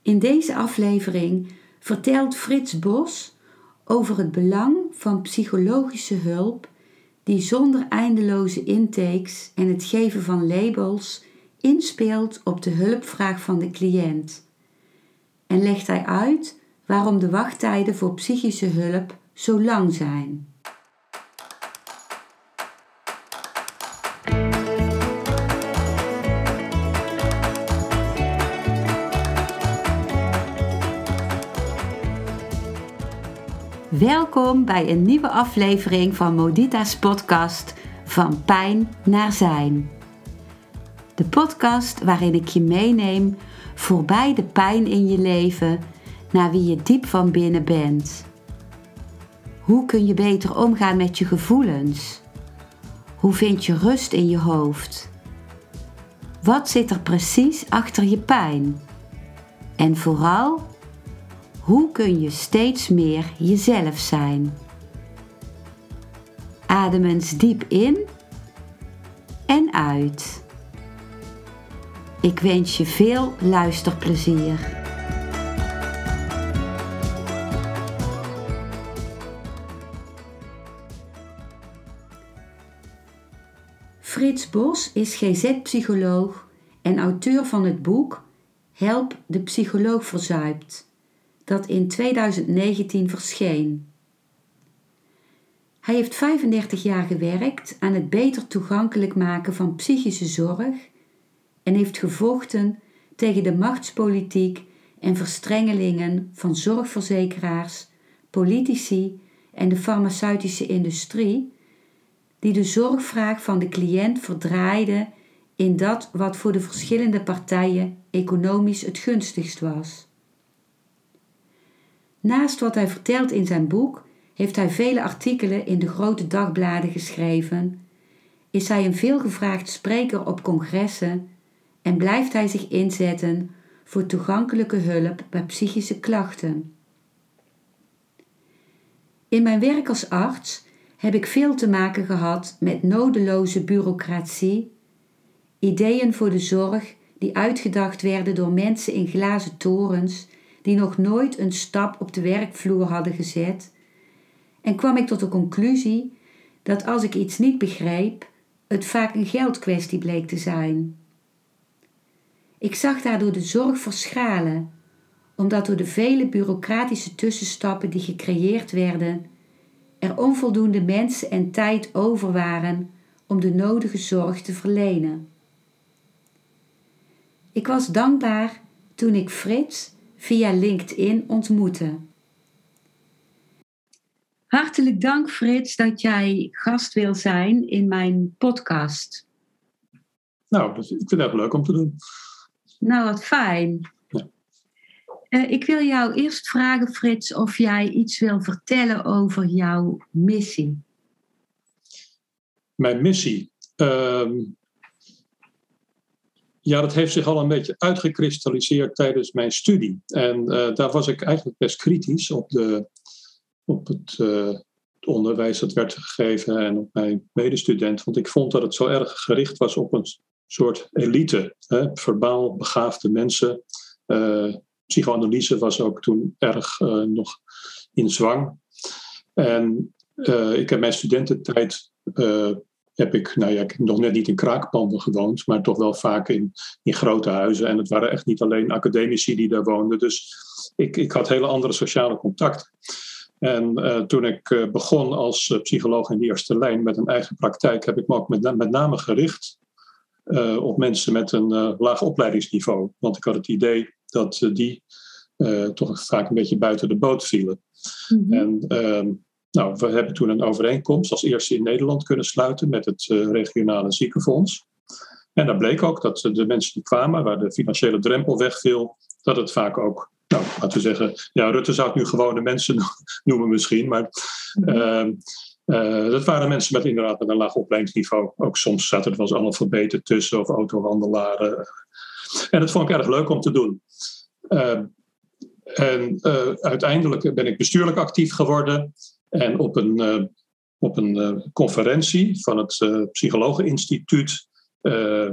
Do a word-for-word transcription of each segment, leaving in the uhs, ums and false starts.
In deze aflevering vertelt Frits Bos over het belang van psychologische hulp die zonder eindeloze intakes en het geven van labels inspeelt op de hulpvraag van de cliënt. En legt hij uit waarom de wachttijden voor psychische hulp zo lang zijn. Welkom bij een nieuwe aflevering van Modita's podcast Van Pijn naar Zijn. De podcast waarin ik je meeneem voorbij de pijn in je leven naar wie je diep van binnen bent. Hoe kun je beter omgaan met je gevoelens? Hoe vind je rust in je hoofd? Wat zit er precies achter je pijn? En vooral, hoe kun je steeds meer jezelf zijn? Adem eens diep in en uit. Ik wens je veel luisterplezier. Frits Bos is G Z-psycholoog en auteur van het boek Help, de psycholoog verzuipt, dat in tweeduizend negentien verscheen. Hij heeft vijfendertig jaar gewerkt aan het beter toegankelijk maken van psychische zorg en heeft gevochten tegen de machtspolitiek en verstrengelingen van zorgverzekeraars, politici en de farmaceutische industrie, die de zorgvraag van de cliënt verdraaiden in dat wat voor de verschillende partijen economisch het gunstigst was. Naast wat hij vertelt in zijn boek, heeft hij vele artikelen in de grote dagbladen geschreven, is hij een veelgevraagd spreker op congressen en blijft hij zich inzetten voor toegankelijke hulp bij psychische klachten. In mijn werk als arts heb ik veel te maken gehad met nodeloze bureaucratie, ideeën voor de zorg die uitgedacht werden door mensen in glazen torens die nog nooit een stap op de werkvloer hadden gezet, en kwam ik tot de conclusie dat als ik iets niet begreep, het vaak een geldkwestie bleek te zijn. Ik zag daardoor de zorg verschalen, omdat door de vele bureaucratische tussenstappen die gecreëerd werden, er onvoldoende mensen en tijd over waren om de nodige zorg te verlenen. Ik was dankbaar toen ik Frits via LinkedIn ontmoette. Hartelijk dank, Frits, dat jij gast wil zijn in mijn podcast. Nou, ik vind het erg leuk om te doen. Nou, wat fijn. Ja. Uh, ik wil jou eerst vragen, Frits, of jij iets wil vertellen over jouw missie. Mijn missie? Uh, ja, dat heeft zich al een beetje uitgekristalliseerd tijdens mijn studie. En uh, daar was ik eigenlijk best kritisch op, de, op het uh, onderwijs dat werd gegeven en op mijn medestudent. Want ik vond dat het zo erg gericht was op een soort elite. Hè, verbaal begaafde mensen. Uh, psychoanalyse was ook toen erg uh, nog in zwang. En uh, ik heb mijn studententijd... Uh, heb ik, nou ja, ik heb nog net niet in kraakpanden gewoond, maar toch wel vaak in, in grote huizen. En het waren echt niet alleen academici die daar woonden. Dus ik, ik had hele andere sociale contacten. En uh, toen ik uh, begon als uh, psycholoog in de eerste lijn met een eigen praktijk, heb ik me ook met, met name gericht uh, op mensen met een uh, laag opleidingsniveau. Want ik had het idee dat uh, die uh, toch vaak een beetje buiten de boot vielen. Mm-hmm. En... Uh, Nou, we hebben toen een overeenkomst als eerste in Nederland kunnen sluiten met het uh, regionale ziekenfonds. En daar bleek ook dat de mensen die kwamen, waar de financiële drempel wegviel, dat het vaak ook, nou, laten we zeggen, ja, Rutte zou het nu gewone mensen noemen misschien, maar uh, uh, dat waren mensen met inderdaad met een laag opleidingsniveau. Ook soms zaten er wel eens analfabeten tussen of autohandelaren. En dat vond ik erg leuk om te doen. Uh, en uh, uiteindelijk ben ik bestuurlijk actief geworden. En op een, uh, op een uh, conferentie van het uh, Psychologeninstituut uh,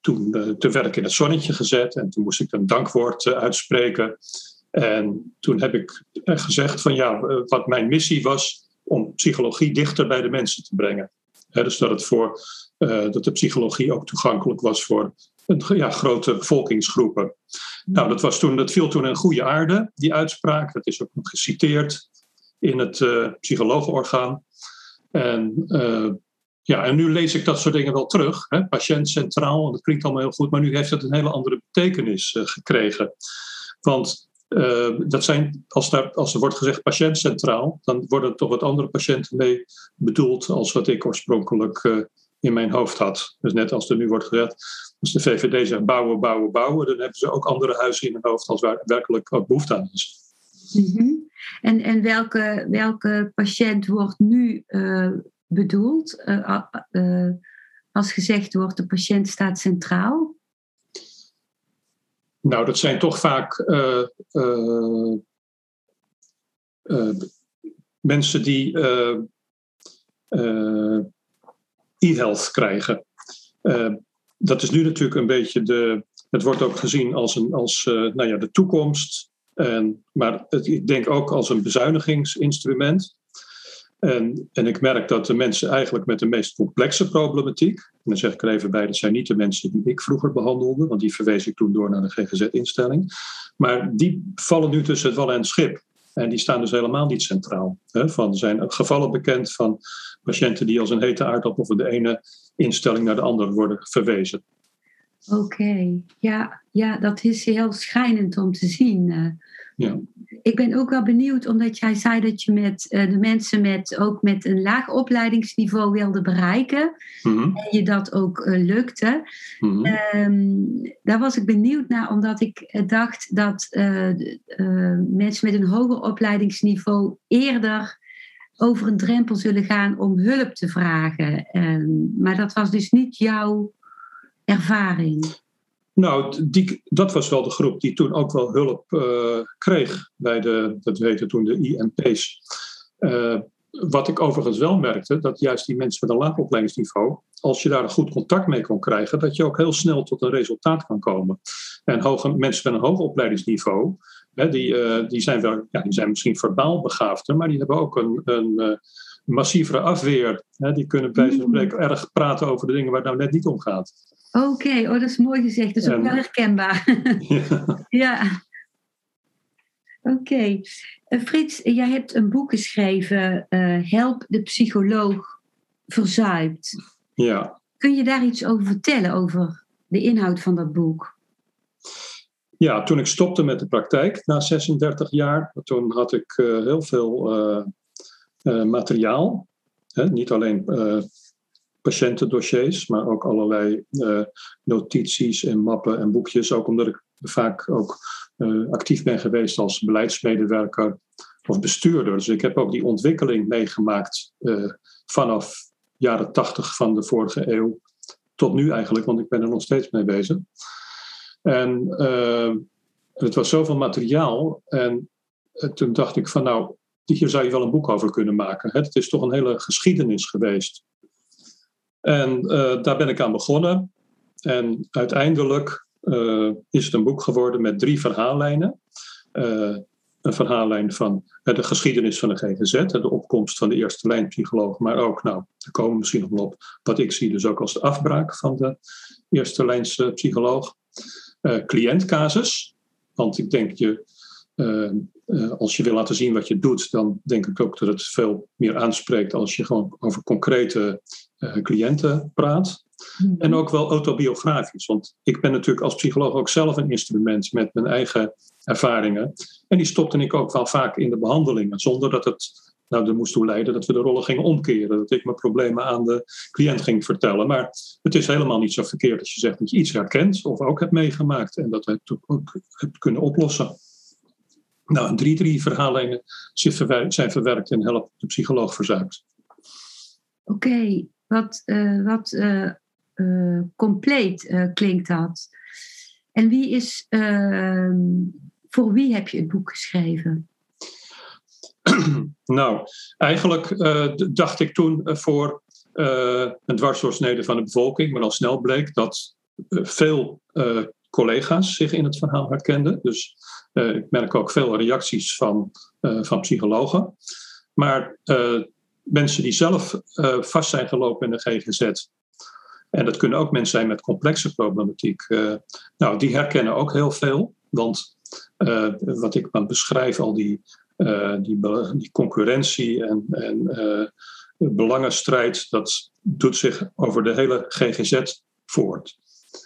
toen uh, te werk in het zonnetje gezet. En toen moest ik een dankwoord uh, uitspreken. En toen heb ik uh, gezegd van ja, uh, wat mijn missie was om psychologie dichter bij de mensen te brengen. He, dus dat, het voor, uh, dat de psychologie ook toegankelijk was voor een, ja, grote bevolkingsgroepen. Nou, dat, was toen, dat viel toen in goede aarde, die uitspraak. Dat is ook nog geciteerd in het uh, psychologenorgaan. En, uh, ja, en nu lees ik dat soort dingen wel terug. Hè? Patiënt centraal, dat klinkt allemaal heel goed. Maar nu heeft het een hele andere betekenis uh, gekregen. Want uh, dat zijn, als, daar, als er wordt gezegd patiënt centraal, dan worden er toch wat andere patiënten mee bedoeld als wat ik oorspronkelijk uh, in mijn hoofd had. Dus net als er nu wordt gezegd, als de V V D zegt bouwen, bouwen, bouwen, dan hebben ze ook andere huizen in hun hoofd als waar werkelijk ook behoefte aan is. Mm-hmm. En, en welke, welke patiënt wordt nu uh, bedoeld uh, uh, als gezegd wordt de patiënt staat centraal? Nou, dat zijn toch vaak uh, uh, uh, mensen die uh, uh, e-health krijgen. Uh, dat is nu natuurlijk een beetje de... Het wordt ook gezien als, een, als uh, nou ja, de toekomst. En, maar het, ik denk ook als een bezuinigingsinstrument. En, en ik merk dat de mensen eigenlijk met de meest complexe problematiek... en dan zeg ik er even bij, dat zijn niet de mensen die ik vroeger behandelde... want die verwees ik toen door naar de G G Z-instelling. Maar die vallen nu tussen het wal en het schip. En die staan dus helemaal niet centraal. Hè? Van, er zijn gevallen bekend van patiënten die als een hete aardappel... van de ene instelling naar de andere worden verwezen. Oké, okay. ja, ja, dat is heel schijnend om te zien. Ja. Ik ben ook wel benieuwd, omdat jij zei dat je met uh, de mensen met, ook met een laag opleidingsniveau wilde bereiken. Mm-hmm. En je dat ook uh, lukte. Mm-hmm. Um, daar was ik benieuwd naar, omdat ik uh, dacht dat uh, uh, mensen met een hoger opleidingsniveau eerder over een drempel zullen gaan om hulp te vragen. Um, maar dat was dus niet jouw ervaring. Nou, die, dat was wel de groep die toen ook wel hulp uh, kreeg bij de, dat weten toen de I M P's. Uh, wat ik overigens wel merkte, dat juist die mensen met een laag opleidingsniveau, als je daar een goed contact mee kon krijgen, dat je ook heel snel tot een resultaat kan komen. En hoge, mensen met een hoog opleidingsniveau, hè, die, uh, die, zijn wel, ja, die zijn misschien verbaal begaafder, maar die hebben ook een, een uh, massievere afweer. Hè, die kunnen bij zo'n spreken erg praten over de dingen waar het nou net niet om gaat. Oké, okay. Oh, dat is mooi gezegd. Dat is ook en, wel herkenbaar. Ja. ja. Oké. Okay. Uh, Frits, jij hebt een boek geschreven, uh, Help de psycholoog verzuipt. Ja. Kun je daar iets over vertellen, over de inhoud van dat boek? Ja, toen ik stopte met de praktijk, na zesendertig jaar, toen had ik uh, heel veel uh, uh, materiaal. Hè? Niet alleen... Uh, patiëntendossiers, maar ook allerlei uh, notities en mappen en boekjes. Ook omdat ik vaak ook uh, actief ben geweest als beleidsmedewerker of bestuurder. Dus ik heb ook die ontwikkeling meegemaakt uh, vanaf jaren tachtig van de vorige eeuw tot nu eigenlijk, want ik ben er nog steeds mee bezig. En uh, het was zoveel materiaal en uh, toen dacht ik van nou, hier zou je wel een boek over kunnen maken. Het is toch een hele geschiedenis geweest. En uh, daar ben ik aan begonnen. En uiteindelijk uh, is het een boek geworden met drie verhaallijnen. Uh, een verhaallijn van uh, de geschiedenis van de G G Z, uh, de opkomst van de eerste lijn psycholoog, maar ook, nou, daar komen we misschien nog wel op, wat ik zie dus ook als de afbraak van de eerste lijns uh, psycholoog. Uh, cliëntcasus, want ik denk je, uh, uh, als je wil laten zien wat je doet, dan denk ik ook dat het veel meer aanspreekt als je gewoon over concrete uh, cliënten praat. Mm-hmm. En ook wel autobiografisch, want ik ben natuurlijk als psycholoog ook zelf een instrument met mijn eigen ervaringen. En die stopte ik ook wel vaak in de behandelingen, zonder dat het nou, er moest toe leiden dat we de rollen gingen omkeren. Dat ik mijn problemen aan de cliënt ging vertellen. Maar het is helemaal niet zo verkeerd als je zegt dat je iets herkent of ook hebt meegemaakt en dat je het ook hebt kunnen oplossen. Nou, en drie, drie verhaallijnen zijn verwerkt en Help de psycholoog verzuipt. Oké, okay, wat, uh, wat uh, uh, compleet uh, klinkt dat. En wie is, uh, voor wie heb je het boek geschreven? Nou, eigenlijk uh, dacht ik toen uh, voor uh, een dwarsdoorsnede van de bevolking, maar al snel bleek dat veel uh, collega's zich in het verhaal herkenden. Dus uh, ik merk ook veel reacties van, uh, van psychologen. Maar uh, mensen die zelf uh, vast zijn gelopen in de G G Z... en dat kunnen ook mensen zijn met complexe problematiek... Uh, nou, die herkennen ook heel veel. Want uh, wat ik aan beschrijf, al die, uh, die, die concurrentie en... en uh, belangenstrijd, dat doet zich over de hele G G Z voort.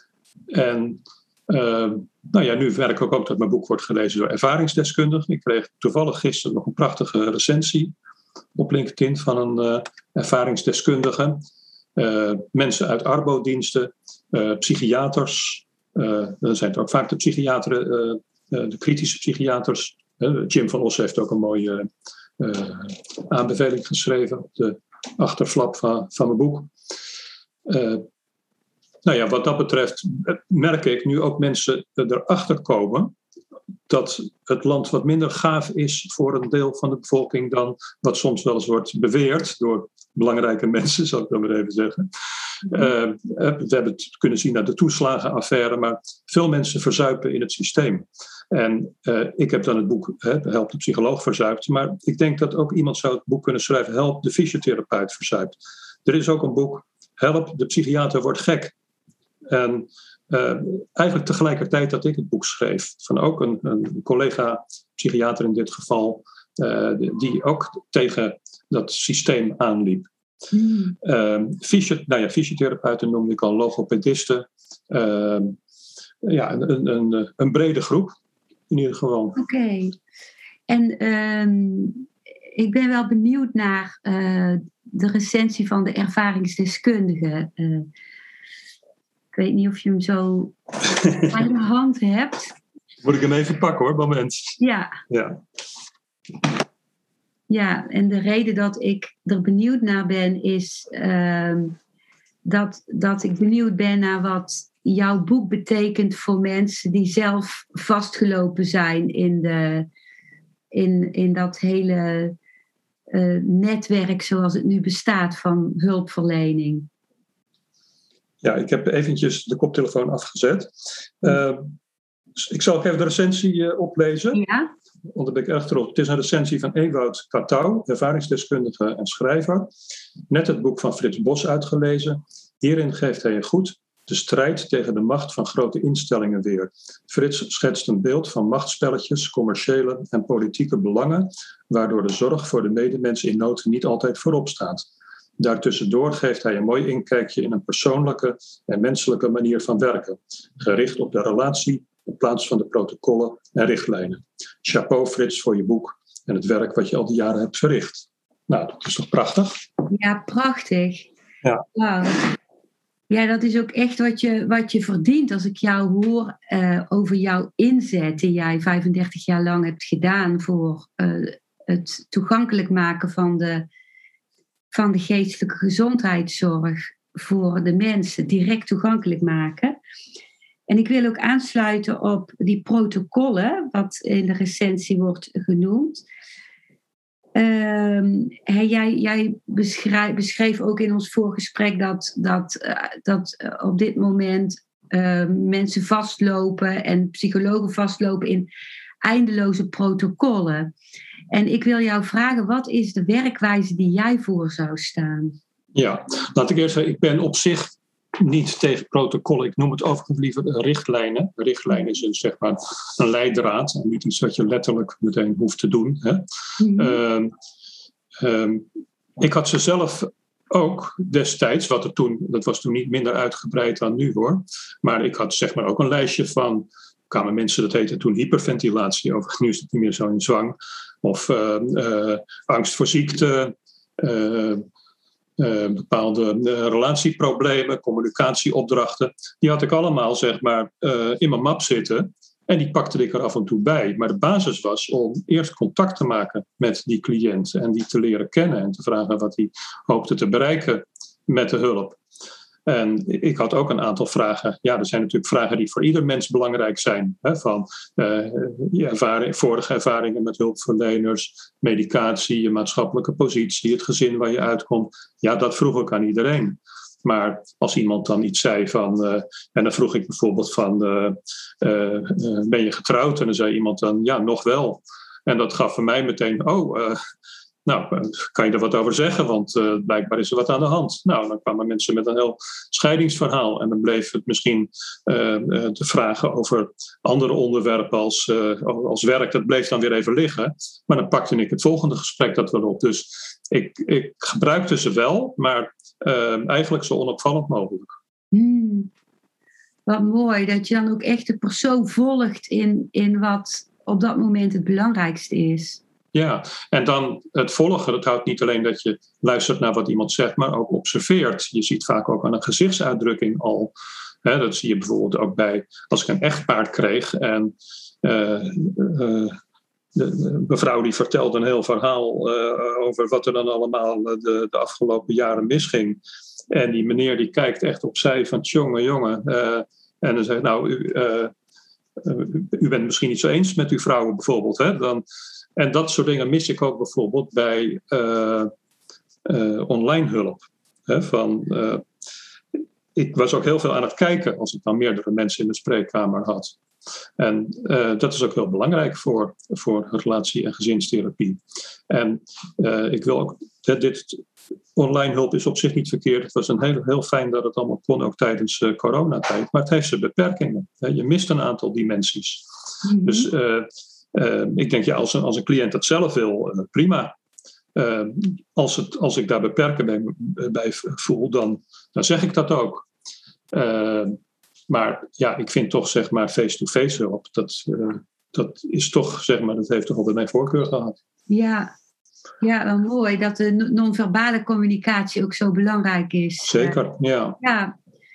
En uh, nou ja, nu werk ik ook dat mijn boek wordt gelezen door ervaringsdeskundigen. Ik kreeg toevallig gisteren nog een prachtige recensie op LinkedIn van een uh, ervaringsdeskundige. Uh, mensen uit arbodiensten, uh, psychiaters. Uh, dan zijn het ook vaak de psychiateren, uh, uh, de kritische psychiaters. Uh, Jim van Os heeft ook een mooie uh, aanbeveling geschreven op de achterflap van, van mijn boek. Uh, nou ja, wat dat betreft merk ik nu ook mensen erachter komen dat het land wat minder gaaf is voor een deel van de bevolking dan wat soms wel eens wordt beweerd door belangrijke mensen, zal ik dan maar even zeggen. Uh, we hebben het kunnen zien naar de toeslagenaffaire, maar veel mensen verzuipen in het systeem. En uh, ik heb dan het boek hè, Help de psycholoog verzuipt, maar ik denk dat ook iemand zou het boek kunnen schrijven Help de fysiotherapeut verzuipt. Er is ook een boek Help de psychiater wordt gek. En uh, eigenlijk tegelijkertijd dat ik het boek schreef, van ook een, een collega psychiater in dit geval, uh, die ook tegen dat systeem aanliep. Mm. Uh, fysio- nou ja, fysiotherapeuten noemde ik al, logopedisten. Uh, ja, een, een, een brede groep in ieder geval. Oké. Okay. En um, ik ben wel benieuwd naar uh, de recensie van de ervaringsdeskundige. Uh, ik weet niet of je hem zo aan de hand hebt. Moet ik hem even pakken hoor, moment. Ja. Ja. Ja, en de reden dat ik er benieuwd naar ben is uh, dat, dat ik benieuwd ben naar wat jouw boek betekent voor mensen die zelf vastgelopen zijn in, de, in, in dat hele uh, netwerk zoals het nu bestaat van hulpverlening. Ja, ik heb eventjes de koptelefoon afgezet. Uh, ik zal ook even de recensie uh, oplezen. Ja. Want daar ben ik erg trots. Het is een recensie van Ewout Katouw, ervaringsdeskundige en schrijver. Net het boek van Frits Bos uitgelezen. Hierin geeft hij je goed de strijd tegen de macht van grote instellingen weer. Frits schetst een beeld van machtsspelletjes, commerciële en politieke belangen, waardoor de zorg voor de medemens in nood niet altijd voorop staat. Daartussendoor geeft hij een mooi inkijkje in een persoonlijke en menselijke manier van werken, gericht op de relatie in plaats van de protocollen en richtlijnen. Chapeau Frits voor je boek en het werk wat je al die jaren hebt verricht. Nou, dat is toch prachtig? Ja, prachtig. Ja. Wauw. Ja, dat is ook echt wat je, wat je verdient als ik jou hoor uh, over jouw inzet die jij vijfendertig jaar lang hebt gedaan voor uh, het toegankelijk maken van de, van de geestelijke gezondheidszorg voor de mensen, direct toegankelijk maken. En ik wil ook aansluiten op die protocollen, wat in de recensie wordt genoemd. Uh, hey, jij jij beschrijf, beschreef ook in ons voorgesprek dat, dat, uh, dat uh, op dit moment uh, mensen vastlopen en psychologen vastlopen in eindeloze protocollen. En ik wil jou vragen, wat is de werkwijze die jij voor zou staan? Ja, laat ik eerst zeggen, ik ben op zich niet tegen protocollen. Ik noem het overigens liever richtlijnen. Een richtlijn is een, zeg maar, een leidraad en niet iets wat je letterlijk meteen hoeft te doen. Hè. Mm-hmm. Um, um, ik had ze zelf ook destijds, wat er toen, dat was toen niet minder uitgebreid dan nu hoor, maar ik had zeg maar ook een lijstje van, kwamen mensen, dat heette toen hyperventilatie, overigens nu is het niet meer zo in zwang, of uh, uh, angst voor ziekte, uh, Uh, bepaalde uh, relatieproblemen, communicatieopdrachten. Die had ik allemaal zeg maar uh, in mijn map zitten. En die pakte ik er af en toe bij. Maar de basis was om eerst contact te maken met die cliënt. En die te leren kennen. En te vragen wat hij hoopte te bereiken met de hulp. En ik had ook een aantal vragen. Ja, er zijn natuurlijk vragen die voor ieder mens belangrijk zijn. Hè, van uh, je ervaring, vorige ervaringen met hulpverleners, medicatie, je maatschappelijke positie, het gezin waar je uitkomt. Ja, dat vroeg ik aan iedereen. Maar als iemand dan iets zei van... Uh, en dan vroeg ik bijvoorbeeld van... Uh, uh, uh, ben je getrouwd? En dan zei iemand dan, ja, nog wel. En dat gaf voor mij meteen... oh, uh, nou, kan je er wat over zeggen? Want uh, blijkbaar is er wat aan de hand. Nou, dan kwamen mensen met een heel scheidingsverhaal. En dan bleef het misschien uh, uh, de vragen over andere onderwerpen als, uh, als werk... dat bleef dan weer even liggen. Maar dan pakte ik het volgende gesprek dat wel op. Dus ik, ik gebruikte ze wel, maar uh, eigenlijk zo onopvallend mogelijk. Hmm. Wat mooi, dat je dan ook echt de persoon volgt in, in wat op dat moment het belangrijkste is. Ja, en dan het volgen, dat houdt niet alleen dat je luistert naar wat iemand zegt, maar ook observeert. Je ziet vaak ook aan een gezichtsuitdrukking al. Hè, dat zie je bijvoorbeeld ook bij als ik een echtpaar kreeg en uh, uh, de, de mevrouw die vertelde een heel verhaal uh, over wat er dan allemaal de, de afgelopen jaren misging. En die meneer die kijkt echt opzij van jongen, jongen. Uh, en dan zegt nou, u, uh, uh, u bent misschien niet zo eens met uw vrouw bijvoorbeeld. Hè? Dan, en dat soort dingen mis ik ook bijvoorbeeld bij uh, uh, online hulp. Hè? Van, uh, ik was ook heel veel aan het kijken als ik dan meerdere mensen in de spreekkamer had. En uh, dat is ook heel belangrijk voor, voor relatie- en gezinstherapie. En uh, ik wil ook, dit, dit online hulp is op zich niet verkeerd. Het was een heel, heel fijn dat het allemaal kon, ook tijdens uh, coronatijd. Maar het heeft zijn beperkingen. Hè? Je mist een aantal dimensies. Mm-hmm. Dus uh, uh, ik denk, ja, als een, als een cliënt dat zelf wil, uh, prima. Uh, als, het, als ik daar beperkingen bij, bij voel, dan, dan zeg ik dat ook. Uh, Maar ja, ik vind toch, zeg maar, face-to-face hulp, dat, uh, dat is toch, zeg maar, dat heeft toch altijd mijn voorkeur gehad. Ja, ja, wel mooi dat de non-verbale communicatie ook zo belangrijk is. Zeker, ja. Ja.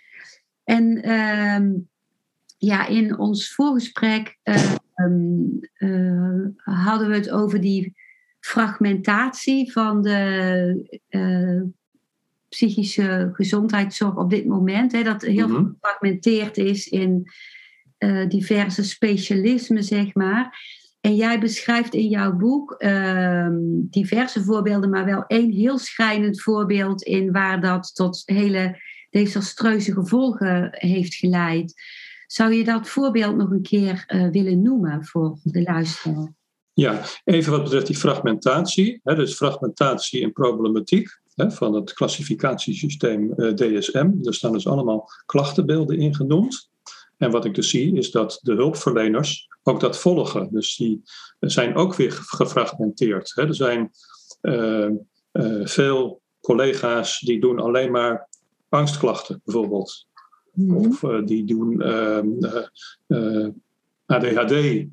En um, ja, in ons voorgesprek uh, um, uh, hadden we het over die fragmentatie van de uh, psychische gezondheidszorg op dit moment. Hè, dat heel mm-hmm. veel gefragmenteerd is in uh, diverse specialismen, zeg maar. En jij beschrijft in jouw boek uh, diverse voorbeelden, maar wel één heel schrijnend voorbeeld in waar dat tot hele desastreuze gevolgen heeft geleid. Zou je dat voorbeeld nog een keer uh, willen noemen voor de luisteraar? Ja, even wat betreft die fragmentatie. Hè, dus fragmentatie en problematiek. Hè, van het klassificatiesysteem uh, D S M. Daar staan dus allemaal klachtenbeelden in genoemd. En wat ik dus zie is dat de hulpverleners ook dat volgen. Dus die zijn ook weer gefragmenteerd. Hè. Er zijn uh, uh, veel collega's die doen alleen maar angstklachten bijvoorbeeld. Mm-hmm. Of uh, die doen uh, uh, uh, A D H D.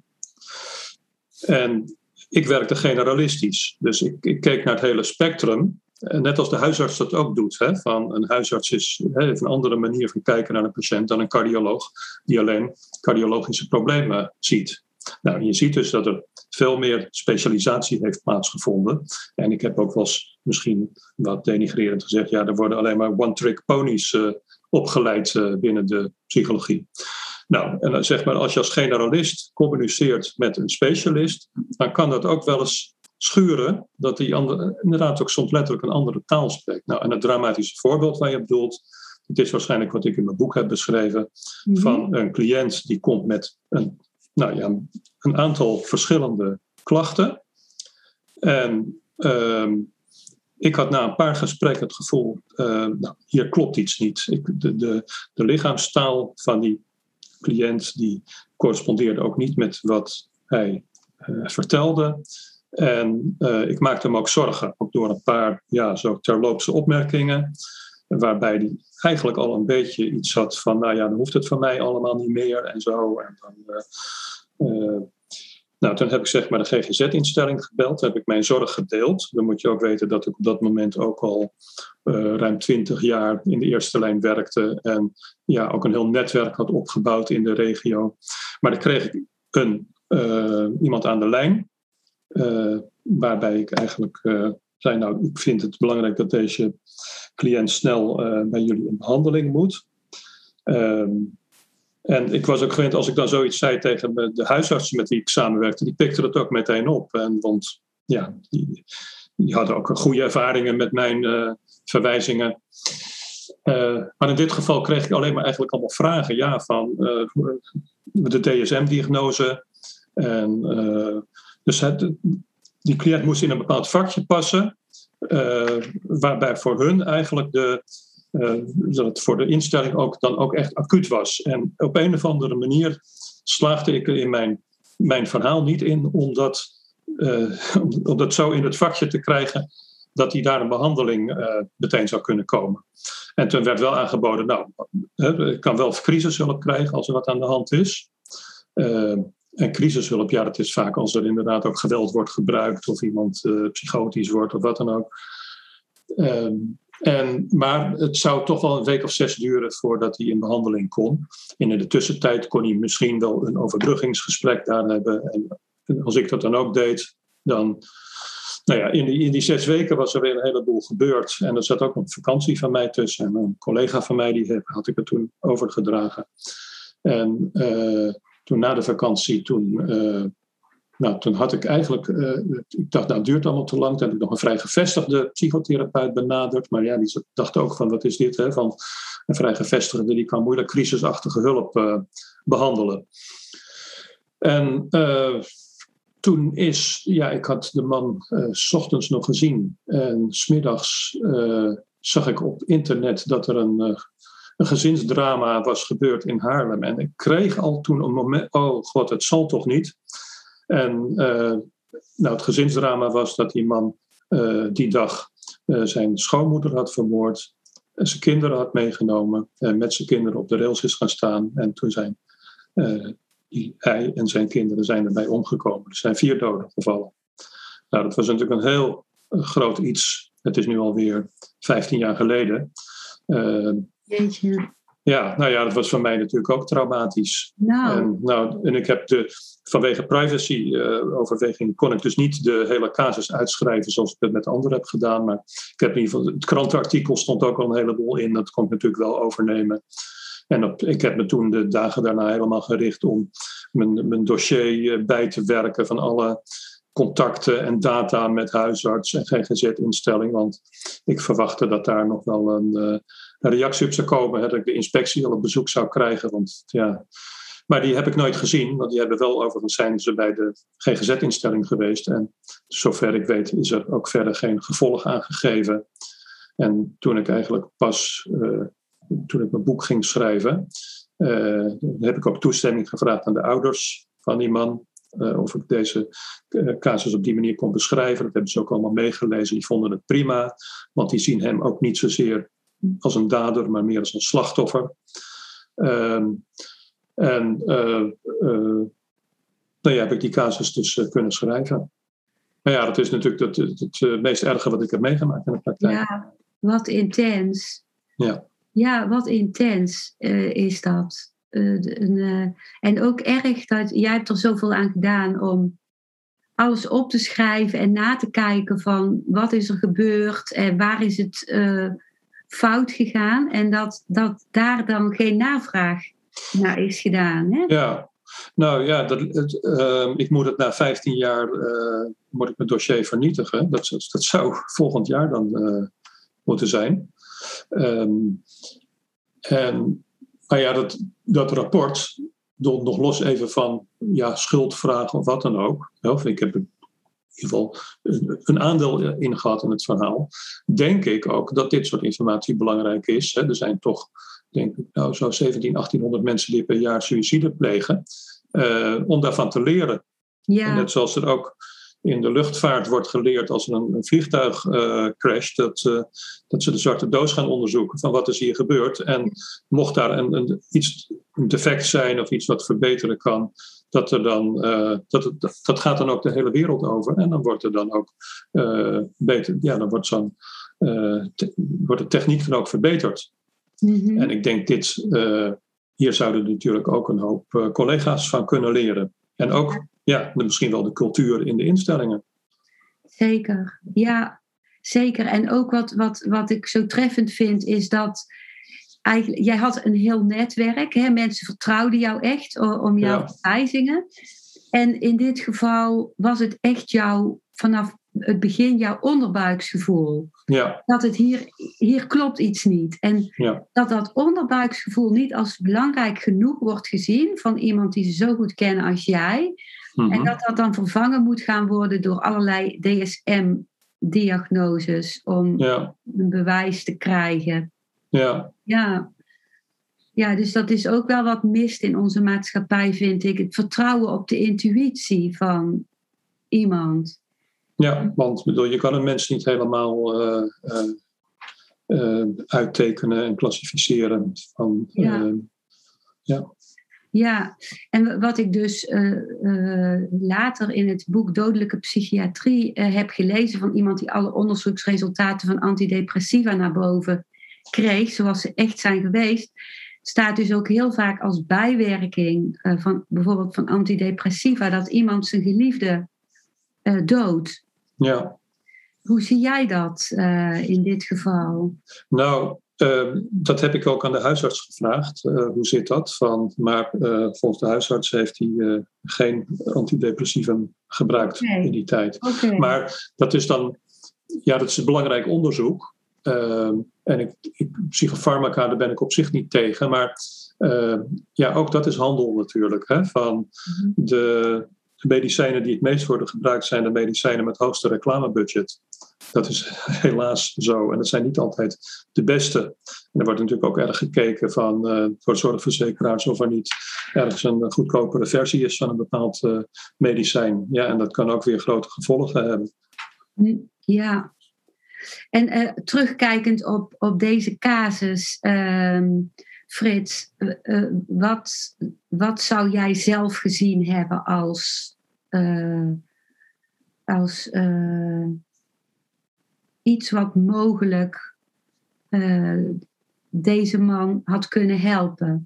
En ik werkte generalistisch. Dus ik, ik keek naar het hele spectrum. Net als de huisarts dat ook doet. Hè? Van een huisarts is, hè, heeft een andere manier van kijken naar een patiënt dan een cardioloog die alleen cardiologische problemen ziet. Nou, je ziet dus dat er veel meer specialisatie heeft plaatsgevonden. En ik heb ook wel eens misschien wat denigrerend gezegd, ja, er worden alleen maar one-trick ponies uh, opgeleid uh, binnen de psychologie. Nou, en zeg maar, als je als generalist communiceert met een specialist, dan kan dat ook wel eens schuren, dat die andere, inderdaad ook soms letterlijk een andere taal spreekt. Nou, en het dramatische voorbeeld waar je bedoelt, het is waarschijnlijk wat ik in mijn boek heb beschreven, mm-hmm. van een cliënt die komt met een, nou ja, een aantal verschillende klachten. En um, ik had na een paar gesprekken het gevoel, uh, nou, hier klopt iets niet. Ik, de, de, de lichaamstaal van die cliënt die correspondeerde ook niet met wat hij uh, vertelde. En uh, ik maakte hem ook zorgen, ook door een paar ja, zo terloopse opmerkingen, waarbij hij eigenlijk al een beetje iets had van, nou ja, dan hoeft het van mij allemaal niet meer en zo. En dan, uh, uh, nou, toen heb ik zeg maar de G G Z-instelling gebeld, heb ik mijn zorg gedeeld. Dan moet je ook weten dat ik op dat moment ook al uh, ruim twintig jaar in de eerste lijn werkte en ja, ook een heel netwerk had opgebouwd in de regio. Maar dan kreeg ik een, uh, iemand aan de lijn. Uh, waarbij ik eigenlijk uh, zei, nou, ik vind het belangrijk dat deze cliënt snel uh, bij jullie in behandeling moet. Um, en ik was ook gewend, als ik dan zoiets zei tegen de huisartsen met wie ik samenwerkte, die pikten het ook meteen op. En, want ja, die, die hadden ook goede ervaringen met mijn uh, verwijzingen. Uh, maar in dit geval kreeg ik alleen maar eigenlijk allemaal vragen. Ja, van uh, de D S M-diagnose. En, uh, dus het, die cliënt moest in een bepaald vakje passen. Uh, waarbij voor hun eigenlijk de, uh, dat het voor de instelling ook, dan ook echt acuut was. En op een of andere manier slaagde ik er in mijn, mijn verhaal niet in om dat, uh, om, om dat zo in het vakje te krijgen dat hij daar een behandeling uh, meteen zou kunnen komen. En toen werd wel aangeboden, nou, ik kan wel crisishulp krijgen als er wat aan de hand is. Uh, en crisishulp, ja, dat is vaak als er inderdaad ook geweld wordt gebruikt of iemand uh, psychotisch wordt of wat dan ook. Um, en, maar het zou toch wel een week of zes duren voordat hij in behandeling kon. En in de tussentijd kon hij misschien wel een overbruggingsgesprek daar hebben. En als ik dat dan ook deed, dan... Nou ja, in die, in die zes weken was er weer een heleboel gebeurd. En er zat ook nog vakantie van mij tussen. En een collega van mij, die heb, had ik het toen overgedragen. En uh, toen na de vakantie, toen, uh, nou, toen had ik eigenlijk... Uh, ik dacht, nou, het duurt allemaal te lang. Toen heb ik nog een vrij gevestigde psychotherapeut benaderd. Maar ja, die dacht ook van, wat is dit? Hè? Van een vrij gevestigde, die kan moeilijk crisisachtige hulp uh, behandelen. En... Uh, Toen is, ja, ik had de man uh, 's ochtends nog gezien. En 's middags uh, zag ik op internet dat er een, uh, een gezinsdrama was gebeurd in Haarlem. En ik kreeg al toen een moment, oh god, het zal toch niet. En uh, nou, het gezinsdrama was dat die man uh, die dag uh, zijn schoonmoeder had vermoord. En zijn kinderen had meegenomen. En met zijn kinderen op de rails is gaan staan. En toen zijn... Uh, Die, hij en zijn kinderen zijn erbij omgekomen. Er zijn vier doden gevallen. Nou, dat was natuurlijk een heel uh, groot iets. Het is nu alweer vijftien jaar geleden. Uh, Jeetje. Ja, nou ja, dat was voor mij natuurlijk ook traumatisch. Nou. En, nou, en ik heb de, vanwege privacy-overwegingen uh, kon ik dus niet de hele casus uitschrijven zoals ik het met anderen heb gedaan. Maar ik heb in ieder geval, het krantenartikel stond ook al een heleboel in. Dat kon ik natuurlijk wel overnemen. En op, ik heb me toen de dagen daarna helemaal gericht om mijn, mijn dossier bij te werken van alle contacten en data met huisarts en G G Z-instelling. Want ik verwachtte dat daar nog wel een, een reactie op zou komen. Hè, dat ik de inspectie al op bezoek zou krijgen. Want, ja. Maar die heb ik nooit gezien. Want die hebben wel, overigens zijn ze bij de G G Z-instelling geweest. En zover ik weet is er ook verder geen gevolg aangegeven. En toen ik eigenlijk pas... Uh, Toen ik mijn boek ging schrijven, uh, heb ik ook toestemming gevraagd aan de ouders van die man. Uh, of ik deze uh, casus op die manier kon beschrijven. Dat hebben ze ook allemaal meegelezen. Die vonden het prima. Want die zien hem ook niet zozeer als een dader, maar meer als een slachtoffer. Uh, en uh, uh, dan ja, heb ik die casus dus uh, kunnen schrijven. Maar ja, dat is natuurlijk het, het, het, het meest erge wat ik heb meegemaakt in de praktijk. Ja, wat intens. Ja. Ja, wat intens uh, is dat. Uh, uh, en ook erg dat jij hebt er zoveel aan gedaan om alles op te schrijven en na te kijken van wat is er gebeurd en waar is het uh, fout gegaan. En dat, dat daar dan geen navraag naar is gedaan. Hè? Ja, nou ja, dat, het, uh, ik moet het na vijftien jaar uh, moet ik mijn dossier vernietigen. Dat, dat zou volgend jaar dan uh, moeten zijn. Um, en, maar ja, dat, dat rapport, nog los even van ja, schuldvragen of wat dan ook. Of ik heb in ieder geval een, een aandeel in gehad in het verhaal. Denk ik ook dat dit soort informatie belangrijk is. Hè. Er zijn toch, denk ik, nou, zo'n zeventienhonderd, achttienhonderd mensen die per jaar suïcide plegen. Uh, om daarvan te leren. Ja. En net zoals er ook in de luchtvaart wordt geleerd als er een, een vliegtuig uh, crasht, dat, uh, dat ze de zwarte doos gaan onderzoeken van wat is hier gebeurd. En mocht daar een, een, iets een defect zijn of iets wat verbeteren kan, dat, er dan, uh, dat, het, dat gaat dan ook de hele wereld over. En dan wordt er dan ook uh, beter, ja, dan wordt, zo'n, uh, te, wordt de techniek dan ook verbeterd. Mm-hmm. En ik denk dit, uh, hier zouden natuurlijk ook een hoop uh, collega's van kunnen leren. En ook ja, misschien wel de cultuur in de instellingen. Zeker, ja, zeker. En ook wat, wat, wat ik zo treffend vind is dat eigenlijk, jij had een heel netwerk. Hè? Mensen vertrouwden jou echt om jouw ja. verwijzingen. En in dit geval was het echt jou vanaf het begin jouw onderbuiksgevoel. Ja. Dat het hier, hier klopt iets niet. En ja. dat dat onderbuiksgevoel niet als belangrijk genoeg wordt gezien van iemand die ze zo goed kennen als jij. Mm-hmm. En dat dat dan vervangen moet gaan worden door allerlei D S M-diagnoses om ja. een bewijs te krijgen. Ja. Ja. Ja, dus dat is ook wel wat mist in onze maatschappij, vind ik. Het vertrouwen op de intuïtie van iemand. Ja, want bedoel, je kan een mens niet helemaal uh, uh, uh, uittekenen en klassificeren. Van, uh, ja. ja. Ja, en wat ik dus uh, uh, later in het boek Dodelijke Psychiatrie uh, heb gelezen van iemand die alle onderzoeksresultaten van antidepressiva naar boven kreeg, zoals ze echt zijn geweest, staat dus ook heel vaak als bijwerking uh, van bijvoorbeeld van antidepressiva dat iemand zijn geliefde uh, doodt. Ja. Hoe zie jij dat uh, in dit geval? Nou, uh, dat heb ik ook aan de huisarts gevraagd. Uh, hoe zit dat? Van, maar uh, volgens de huisarts heeft hij uh, geen antidepressivum gebruikt okay. in die tijd. Okay. Maar dat is dan, ja, dat is een belangrijk onderzoek. Uh, en ik, ik, psychofarmaca, daar ben ik op zich niet tegen. Maar uh, ja, ook dat is handel natuurlijk. Hè? Van mm-hmm. de, de medicijnen die het meest worden gebruikt zijn de medicijnen met het hoogste reclamebudget. Dat is helaas zo. En dat zijn niet altijd de beste. En er wordt natuurlijk ook erg gekeken van, uh, voor zorgverzekeraars of er niet ergens een goedkopere versie is van een bepaald uh, medicijn. Ja, en dat kan ook weer grote gevolgen hebben. Ja. En uh, terugkijkend op, op deze casus, uh, Frits, uh, uh, wat, wat zou jij zelf gezien hebben als, uh, als uh, iets wat mogelijk uh, deze man had kunnen helpen?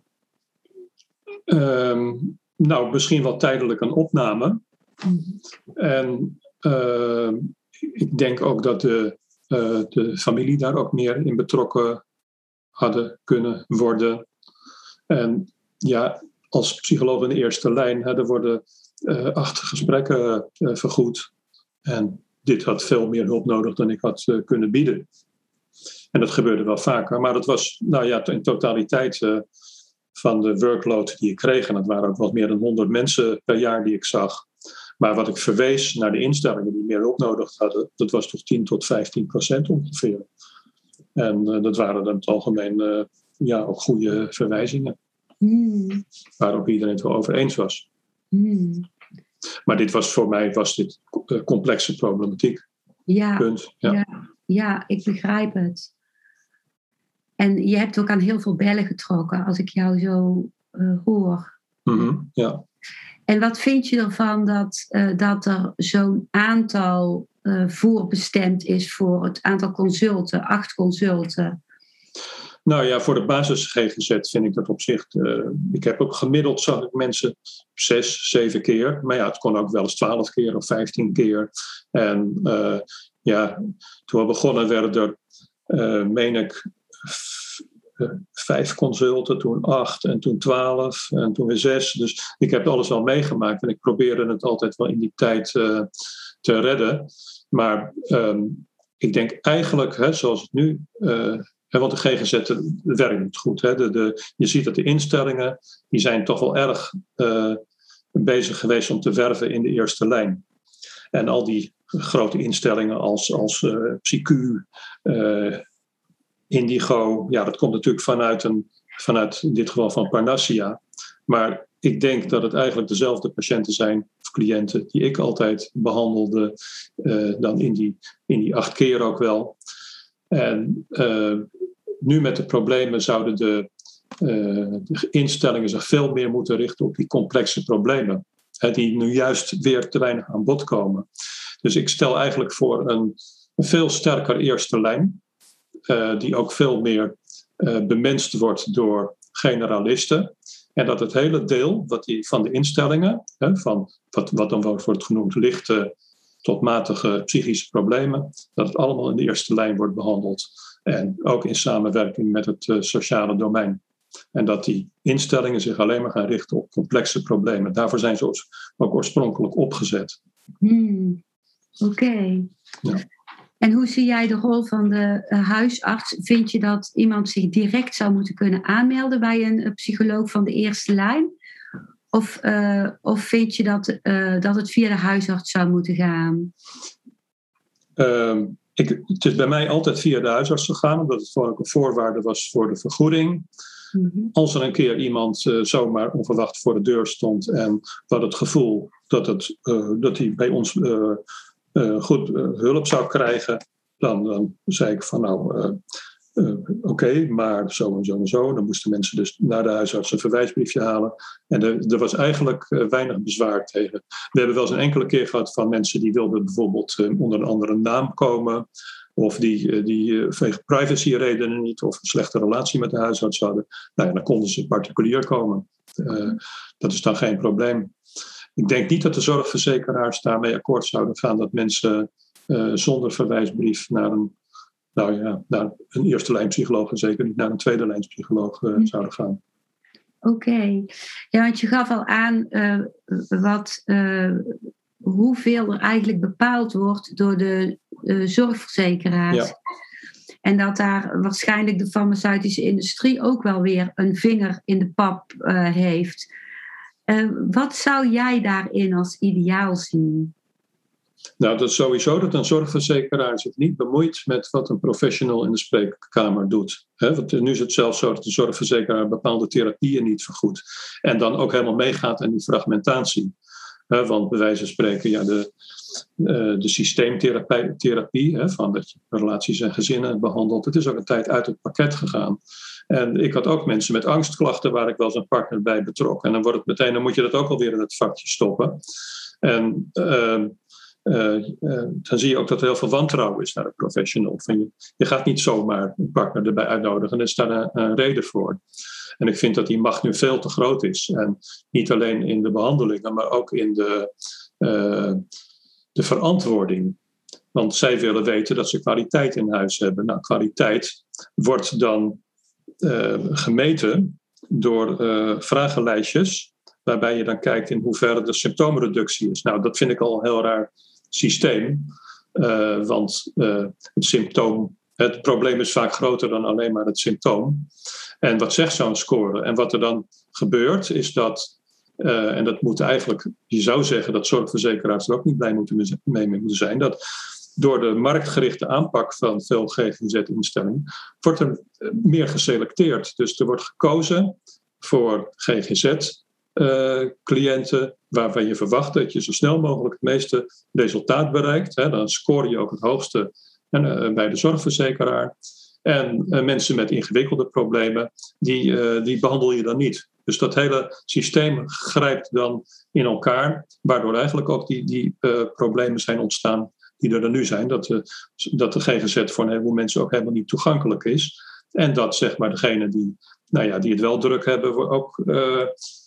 Um, nou, misschien wel tijdelijk een opname. Mm-hmm. En uh, ik denk ook dat de Uh, de familie daar ook meer in betrokken hadden kunnen worden. En ja, als psycholoog in de eerste lijn, hè, er worden uh, acht gesprekken uh, vergoed. En dit had veel meer hulp nodig dan ik had uh, kunnen bieden. En dat gebeurde wel vaker. Maar dat was nou ja, in totaliteit uh, van de workload die ik kreeg. En dat waren ook wel meer dan honderd mensen per jaar die ik zag. Maar wat ik verwees naar de instellingen die meer hulp nodig hadden, dat was toch tien tot vijftien procent ongeveer. En uh, dat waren dan in het algemeen uh, ja, ook goede verwijzingen. Mm. Waar ook iedereen het wel over eens was. Mm. Maar dit was voor mij was dit uh, complexe problematiek. Ja, Punt. Ja. Ja, ja, ik begrijp het. En je hebt ook aan heel veel bellen getrokken, als ik jou zo uh, hoor. Mm-hmm, ja. En wat vind je ervan dat, uh, dat er zo'n aantal uh, voorbestemd is voor het aantal consulten, acht consulten? Nou ja, voor de basis G G Z vind ik dat op zich. Uh, ik heb ook gemiddeld zag ik mensen zes, zeven keer. Maar ja, het kon ook wel eens twaalf keer of vijftien keer. En uh, ja, toen we begonnen werden er, uh, meen ik, Uh, vijf consulten, toen acht en toen twaalf en toen weer zes. Dus ik heb alles wel meegemaakt en ik probeerde het altijd wel in die tijd uh, te redden. Maar um, ik denk eigenlijk, hè, zoals het nu, uh, hè, want de G G Z werkt niet goed. Hè. De, de, je ziet dat de instellingen, die zijn toch wel erg uh, bezig geweest om te werven in de eerste lijn. En al die grote instellingen als, als uh, P S I C U, uh, Indigo, ja, dat komt natuurlijk vanuit, een, vanuit in dit geval van Parnassia. Maar ik denk dat het eigenlijk dezelfde patiënten zijn, of cliënten, die ik altijd behandelde, uh, dan in die, in die acht keer ook wel. En uh, nu met de problemen zouden de, uh, de instellingen zich veel meer moeten richten op die complexe problemen. Hè, die nu juist weer te weinig aan bod komen. Dus ik stel eigenlijk voor een, een veel sterker eerste lijn. Uh, die ook veel meer uh, bemenst wordt door generalisten. En dat het hele deel wat die, van de instellingen, hè, van wat, wat dan wordt genoemd lichte tot matige psychische problemen, dat het allemaal in de eerste lijn wordt behandeld. En ook in samenwerking met het uh, sociale domein. En dat die instellingen zich alleen maar gaan richten op complexe problemen. Daarvoor zijn ze ook oorspronkelijk opgezet. Hmm. Oké. Okay. Ja. En hoe zie jij de rol van de uh, huisarts? Vind je dat iemand zich direct zou moeten kunnen aanmelden bij een, een psycholoog van de eerste lijn? Of, uh, of vind je dat, uh, dat het via de huisarts zou moeten gaan? Uh, ik, het is bij mij altijd via de huisarts gegaan, omdat het gewoon ook een voorwaarde was voor de vergoeding. Mm-hmm. Als er een keer iemand uh, zomaar onverwacht voor de deur stond en we hadden het gevoel dat, het, uh, dat hij bij ons uh, uh, goed uh, hulp zou krijgen, dan, dan zei ik van nou, uh, uh, oké, okay, maar zo en zo en zo. Dan moesten mensen dus naar de huisarts een verwijsbriefje halen. En er, er was eigenlijk uh, weinig bezwaar tegen. We hebben wel eens een enkele keer gehad van mensen die wilden bijvoorbeeld uh, onder een andere naam komen. Of die, die uh, vanwege privacyredenen niet of een slechte relatie met de huisarts hadden. Nou ja, dan konden ze particulier komen. Uh, dat is dan geen probleem. Ik denk niet dat de zorgverzekeraars daarmee akkoord zouden gaan dat mensen uh, zonder verwijsbrief naar een, nou ja, naar een eerste lijnpsycholoog en zeker niet naar een tweede lijnpsycholoog uh, zouden gaan. Oké. Okay. Ja, want je gaf al aan uh, wat, uh, hoeveel er eigenlijk bepaald wordt door de uh, zorgverzekeraars. Ja. En dat daar waarschijnlijk de farmaceutische industrie ook wel weer een vinger in de pap uh, heeft. Uh, wat zou jij daarin als ideaal zien? Nou, dat is sowieso dat een zorgverzekeraar zich niet bemoeit met wat een professional in de spreekkamer doet. He, want nu is het zelfs zo dat de zorgverzekeraar bepaalde therapieën niet vergoedt. En dan ook helemaal meegaat in die fragmentatie. He, want bij wijze van spreken, ja, de, uh, de systeemtherapie, therapie, he, van dat je relaties en gezinnen behandelt, het is ook een tijd uit het pakket gegaan. En ik had ook mensen met angstklachten waar ik wel eens een partner bij betrok. En dan wordt het meteen, dan moet je dat ook alweer in het vakje stoppen. En uh, Uh, uh, dan zie je ook dat er heel veel wantrouwen is naar de professional. Van je, je gaat niet zomaar een partner erbij uitnodigen. Er is daar een, een reden voor. En ik vind dat die macht nu veel te groot is. En niet alleen in de behandelingen, maar ook in de, uh, de verantwoording. Want zij willen weten dat ze kwaliteit in huis hebben. Nou, kwaliteit wordt dan uh, gemeten door uh, vragenlijstjes, waarbij je dan kijkt in hoeverre de symptoomreductie is. Nou, dat vind ik al een heel raar systeem. Uh, want uh, het symptoom, het probleem is vaak groter dan alleen maar het symptoom. En wat zegt zo'n score? En wat er dan gebeurt is dat, uh, en dat moet eigenlijk, je zou zeggen dat zorgverzekeraars er ook niet blij moeten mee moeten zijn, dat door de marktgerichte aanpak van veel G G Z-instellingen wordt er meer geselecteerd. Dus er wordt gekozen voor G G Z Uh, cliënten waarvan je verwacht dat je zo snel mogelijk het meeste resultaat bereikt. Hè, dan score je ook het hoogste uh, bij de zorgverzekeraar. En uh, mensen met ingewikkelde problemen, die, uh, die behandel je dan niet. Dus dat hele systeem grijpt dan in elkaar, waardoor eigenlijk ook die, die uh, problemen zijn ontstaan die er dan nu zijn. Dat de, dat de G G Z voor een heleboel mensen ook helemaal niet toegankelijk is. En dat zeg maar degenen die, nou ja, die het wel druk hebben ook Uh,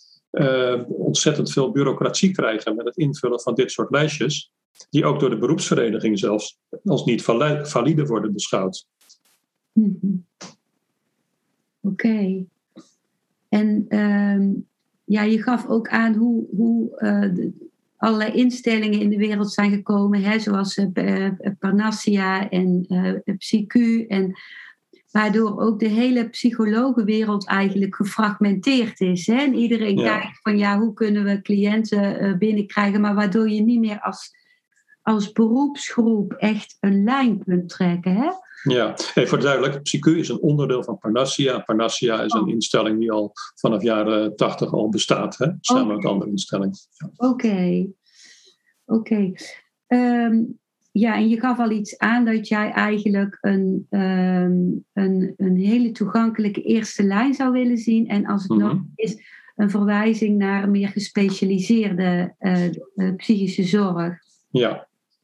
Uh, ontzettend veel bureaucratie krijgen met het invullen van dit soort lijstjes, die ook door de beroepsvereniging zelfs als niet valide worden beschouwd. Mm-hmm. Oké. Okay. En uh, ja, je gaf ook aan hoe, hoe uh, de, allerlei instellingen in de wereld zijn gekomen, hè, zoals uh, Parnassia en uh, Psycu en waardoor ook de hele psychologenwereld eigenlijk gefragmenteerd is. Hè? En iedereen ja. kijkt van ja, hoe kunnen we cliënten uh, binnenkrijgen, maar waardoor je niet meer als, als beroepsgroep echt een lijn kunt trekken. Hè? Ja, hey, voor duidelijk, Psycu is een onderdeel van Parnassia. Parnassia is oh. een instelling die al vanaf jaren tachtig al bestaat, hè? Samen okay. met andere instellingen. Ja. Oké, okay. oké. Okay. Um, Ja, en je gaf al iets aan dat jij eigenlijk een, um, een, een hele toegankelijke eerste lijn zou willen zien. En als het mm-hmm. nog is, een verwijzing naar een meer gespecialiseerde uh, uh, psychische zorg. Ja.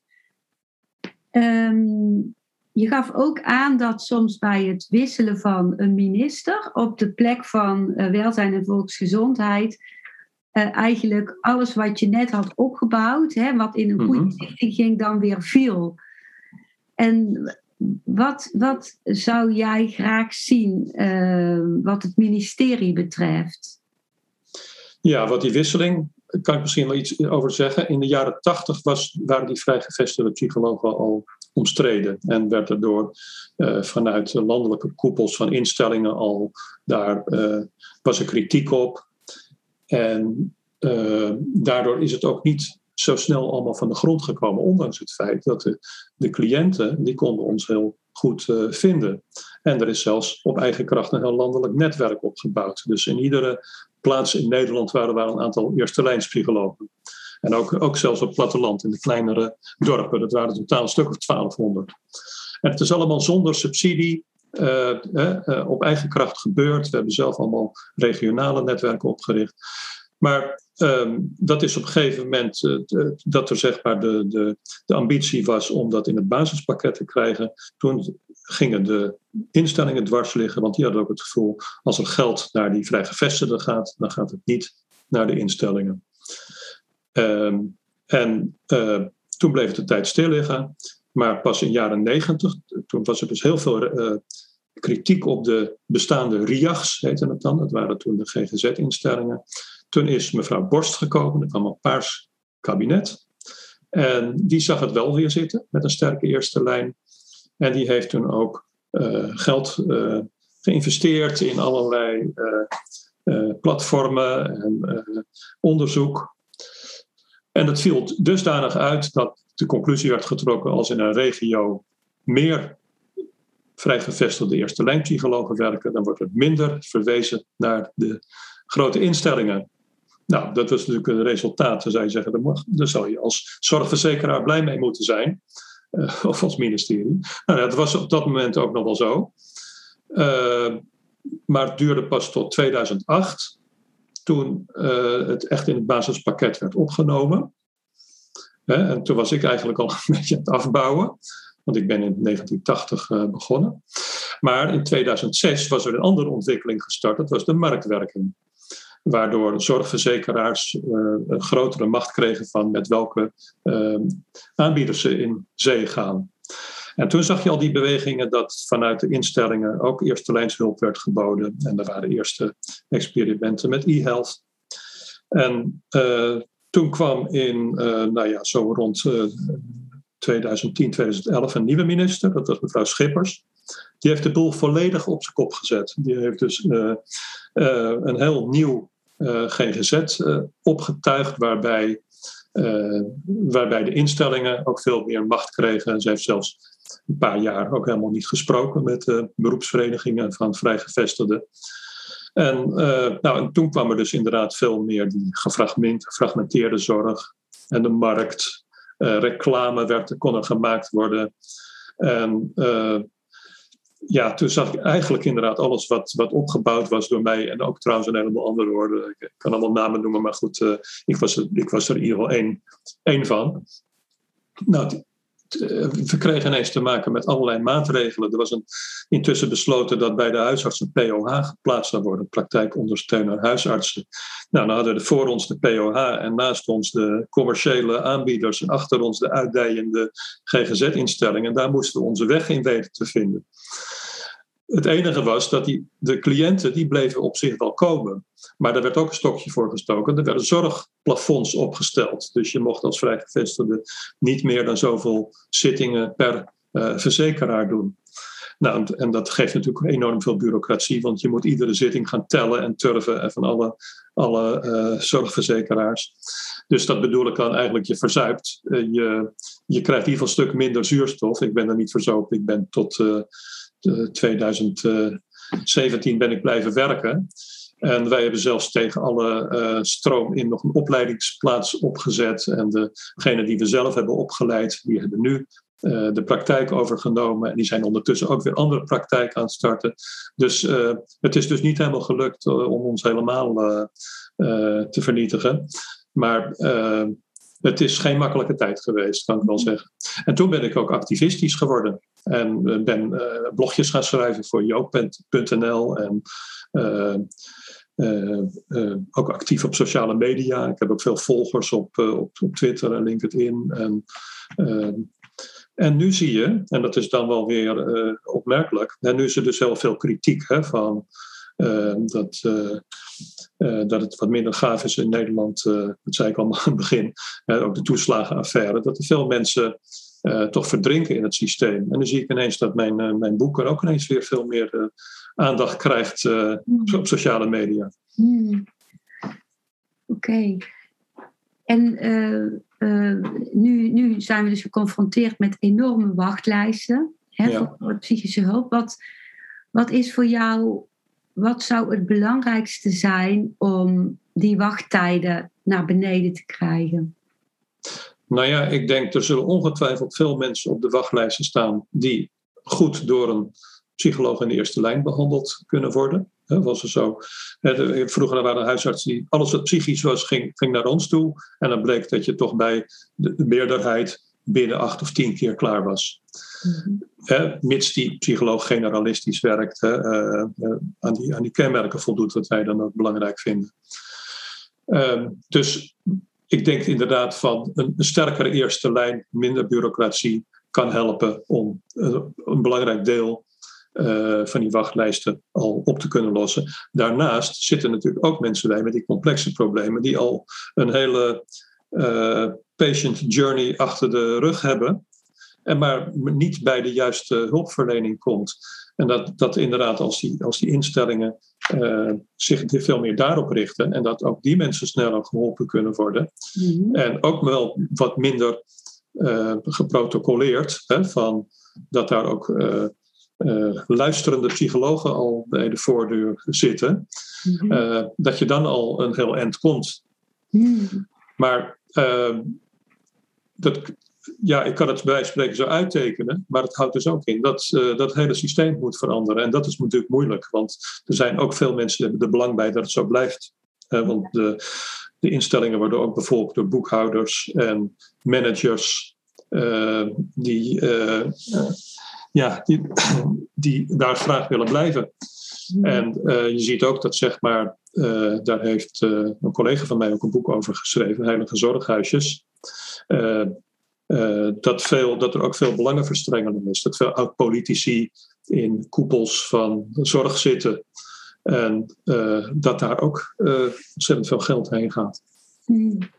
Um, je gaf ook aan dat soms bij het wisselen van een minister op de plek van uh, welzijn en volksgezondheid Uh, eigenlijk alles wat je net had opgebouwd, hè, wat in een goede mm-hmm. richting ging, dan weer viel. En wat, wat zou jij graag zien uh, wat het ministerie betreft? Ja, wat die wisseling kan ik misschien wel iets over zeggen. In de jaren tachtig waren die vrijgevestigde psychologen al omstreden. En werd er door uh, vanuit landelijke koepels van instellingen al daar uh, was er kritiek op. En uh, daardoor is het ook niet zo snel allemaal van de grond gekomen. Ondanks het feit dat de, de cliënten, die konden ons heel goed uh, vinden. En er is zelfs op eigen kracht een heel landelijk netwerk opgebouwd. Dus in iedere plaats in Nederland waren er een aantal eerste lijnspsychologen. En ook, ook zelfs op het platteland, in de kleinere dorpen. Dat waren totaal een stuk of twaalfhonderd. En het is allemaal zonder subsidie, uh, uh, uh, op eigen kracht gebeurd. We hebben zelf allemaal regionale netwerken opgericht. Maar um, dat is op een gegeven moment uh, de, dat er zeg maar de, de, de ambitie was om dat in het basispakket te krijgen. Toen gingen de instellingen dwars liggen, want die hadden ook het gevoel, als er geld naar die vrijgevestigden gaat, dan gaat het niet naar de instellingen. Um, en uh, toen bleef het de tijd stil liggen. Maar pas in de jaren negentig, toen was er dus heel veel uh, kritiek op de bestaande R I A G's, heette het dan. Dat waren toen de G G Z-instellingen. Toen is mevrouw Borst gekomen, er kwam een paars kabinet. En die zag het wel weer zitten met een sterke eerste lijn. En die heeft toen ook uh, geld uh, geïnvesteerd in allerlei uh, uh, platformen en uh, onderzoek. En het viel dusdanig uit dat de conclusie werd getrokken: als in een regio meer vrijgevestigde eerste lijnpsychologen werken, dan wordt er minder verwezen naar de grote instellingen. Nou, dat was natuurlijk een resultaat. Dan zou je zeggen, daar, mag, daar zou je als zorgverzekeraar blij mee moeten zijn. Uh, of als ministerie. Nou, dat was op dat moment ook nog wel zo. Uh, maar het duurde pas tot tweeduizend acht. Toen uh, het echt in het basispakket werd opgenomen. Hè, en toen was ik eigenlijk al een beetje aan het afbouwen. Want ik ben in negentien tachtig uh, begonnen. Maar in tweeduizend zes was er een andere ontwikkeling gestart. Dat was de marktwerking. Waardoor zorgverzekeraars uh, een grotere macht kregen van met welke uh, aanbieders ze in zee gaan. En toen zag je al die bewegingen dat vanuit de instellingen ook eerste lijnshulp werd geboden. En er waren eerste experimenten met e-health. En uh, toen kwam in, uh, nou ja, zo rond uh, tweeduizend tien, tweeduizend elf een nieuwe minister. Dat was mevrouw Schippers. Die heeft de boel volledig op zijn kop gezet. Die heeft dus uh, uh, een heel nieuw uh, G G Z uh, opgetuigd, waarbij, uh, waarbij de instellingen ook veel meer macht kregen. En ze heeft zelfs een paar jaar ook helemaal niet gesproken met de beroepsverenigingen van vrijgevestigden. En, uh, nou, en toen kwam er dus inderdaad veel meer die gefragmenteerde zorg en de markt. Uh, reclame werd, kon er gemaakt worden. En uh, ja, toen zag ik eigenlijk inderdaad alles wat, wat opgebouwd was door mij. En ook trouwens een heleboel andere woorden. Ik kan allemaal namen noemen, maar goed, uh, ik, was er, ik was er in ieder geval één, één van. Nou, t- t- we kregen ineens te maken met allerlei maatregelen. Er was een, intussen besloten dat bij de huisarts een P O H geplaatst zou worden. Praktijkondersteuner huisartsen. Nou, dan hadden we voor ons de P O H en naast ons de commerciële aanbieders. En achter ons de uitdijende G G Z-instellingen. Daar moesten we onze weg in weten te vinden. Het enige was dat die, de cliënten die bleven op zich wel komen. Maar daar werd ook een stokje voor gestoken. Er werden zorgplafonds opgesteld. Dus je mocht als vrijgevestigde niet meer dan zoveel zittingen per uh, verzekeraar doen. Nou, en dat geeft natuurlijk enorm veel bureaucratie. Want je moet iedere zitting gaan tellen en turven en van alle, alle uh, zorgverzekeraars. Dus dat bedoel ik dan eigenlijk, je verzuipt. Uh, je, je krijgt in ieder geval een stuk minder zuurstof. Ik ben er niet verzopen. Ik ben tot uh, tweeduizend zeventien ben ik blijven werken. En wij hebben zelfs tegen alle uh, stroom in nog een opleidingsplaats opgezet. En degenen die we zelf hebben opgeleid, die hebben nu uh, de praktijk overgenomen. En die zijn ondertussen ook weer andere praktijken aan het starten. Dus uh, het is dus niet helemaal gelukt uh, om ons helemaal uh, uh, te vernietigen. Maar uh, het is geen makkelijke tijd geweest, kan ik wel zeggen. En toen ben ik ook activistisch geworden. En ben uh, blogjes gaan schrijven voor joop punt n l. En uh, uh, uh, ook actief op sociale media. Ik heb ook veel volgers op, uh, op, op Twitter en LinkedIn. En, uh, en nu zie je, en dat is dan wel weer uh, opmerkelijk. En nu is er dus heel veel kritiek hè, van Uh, dat, uh, uh, dat het wat minder gaaf is in Nederland. Uh, dat zei ik allemaal aan het begin. Uh, ook de toeslagenaffaire. Dat er veel mensen uh, toch verdrinken in het systeem. En dan zie ik ineens dat mijn, uh, mijn boek er ook ineens weer veel meer uh, aandacht krijgt uh, mm. op sociale media. Mm. Oké. Okay. En uh, uh, nu, nu zijn we dus geconfronteerd met enorme wachtlijsten, hè, ja. voor, voor psychische hulp. Wat, wat is voor jou, wat zou het belangrijkste zijn om die wachttijden naar beneden te krijgen? Nou ja, ik denk er zullen ongetwijfeld veel mensen op de wachtlijsten staan die goed door een psycholoog in de eerste lijn behandeld kunnen worden. He, was er zo. He, vroeger waren er huisartsen die alles wat psychisch was, ging, ging naar ons toe. En dan bleek dat je toch bij de, de meerderheid binnen acht of tien keer klaar was. Mm-hmm. He, mits die psycholoog generalistisch werkt, he, uh, uh, aan, die, aan die kenmerken voldoet, wat wij dan ook belangrijk vinden. Uh, dus ik denk inderdaad van een, een sterkere eerste lijn, minder bureaucratie, kan helpen om uh, een belangrijk deel Uh, van die wachtlijsten al op te kunnen lossen. Daarnaast zitten natuurlijk ook mensen bij met die complexe problemen die al een hele uh, patient journey achter de rug hebben en maar niet bij de juiste hulpverlening komt. En dat, dat inderdaad als die, als die instellingen uh, zich veel meer daarop richten en dat ook die mensen sneller geholpen kunnen worden. Mm-hmm. En ook wel wat minder uh, geprotocoleerd, hè, van dat daar ook uh, Uh, luisterende psychologen al bij de voordeur zitten, mm-hmm. uh, dat je dan al een heel eind komt. Mm. Maar uh, dat, ja, ik kan het bij wijze van spreken zo uittekenen, maar het houdt dus ook in dat uh, dat hele systeem moet veranderen. En dat is natuurlijk moeilijk, want er zijn ook veel mensen die hebben er belang bij dat het zo blijft. Uh, want de, de instellingen worden ook bevolkt door boekhouders en managers uh, die... Uh, uh, Ja, die, die daar graag willen blijven. Mm. En uh, je ziet ook dat, zeg maar, uh, daar heeft uh, een collega van mij ook een boek over geschreven, Heilige Zorghuisjes. Uh, uh, dat, veel, dat er ook veel belangenverstrengeling is. Dat veel oud-politici in koepels van zorg zitten. En uh, dat daar ook uh, ontzettend veel geld heen gaat. Mm. Oké.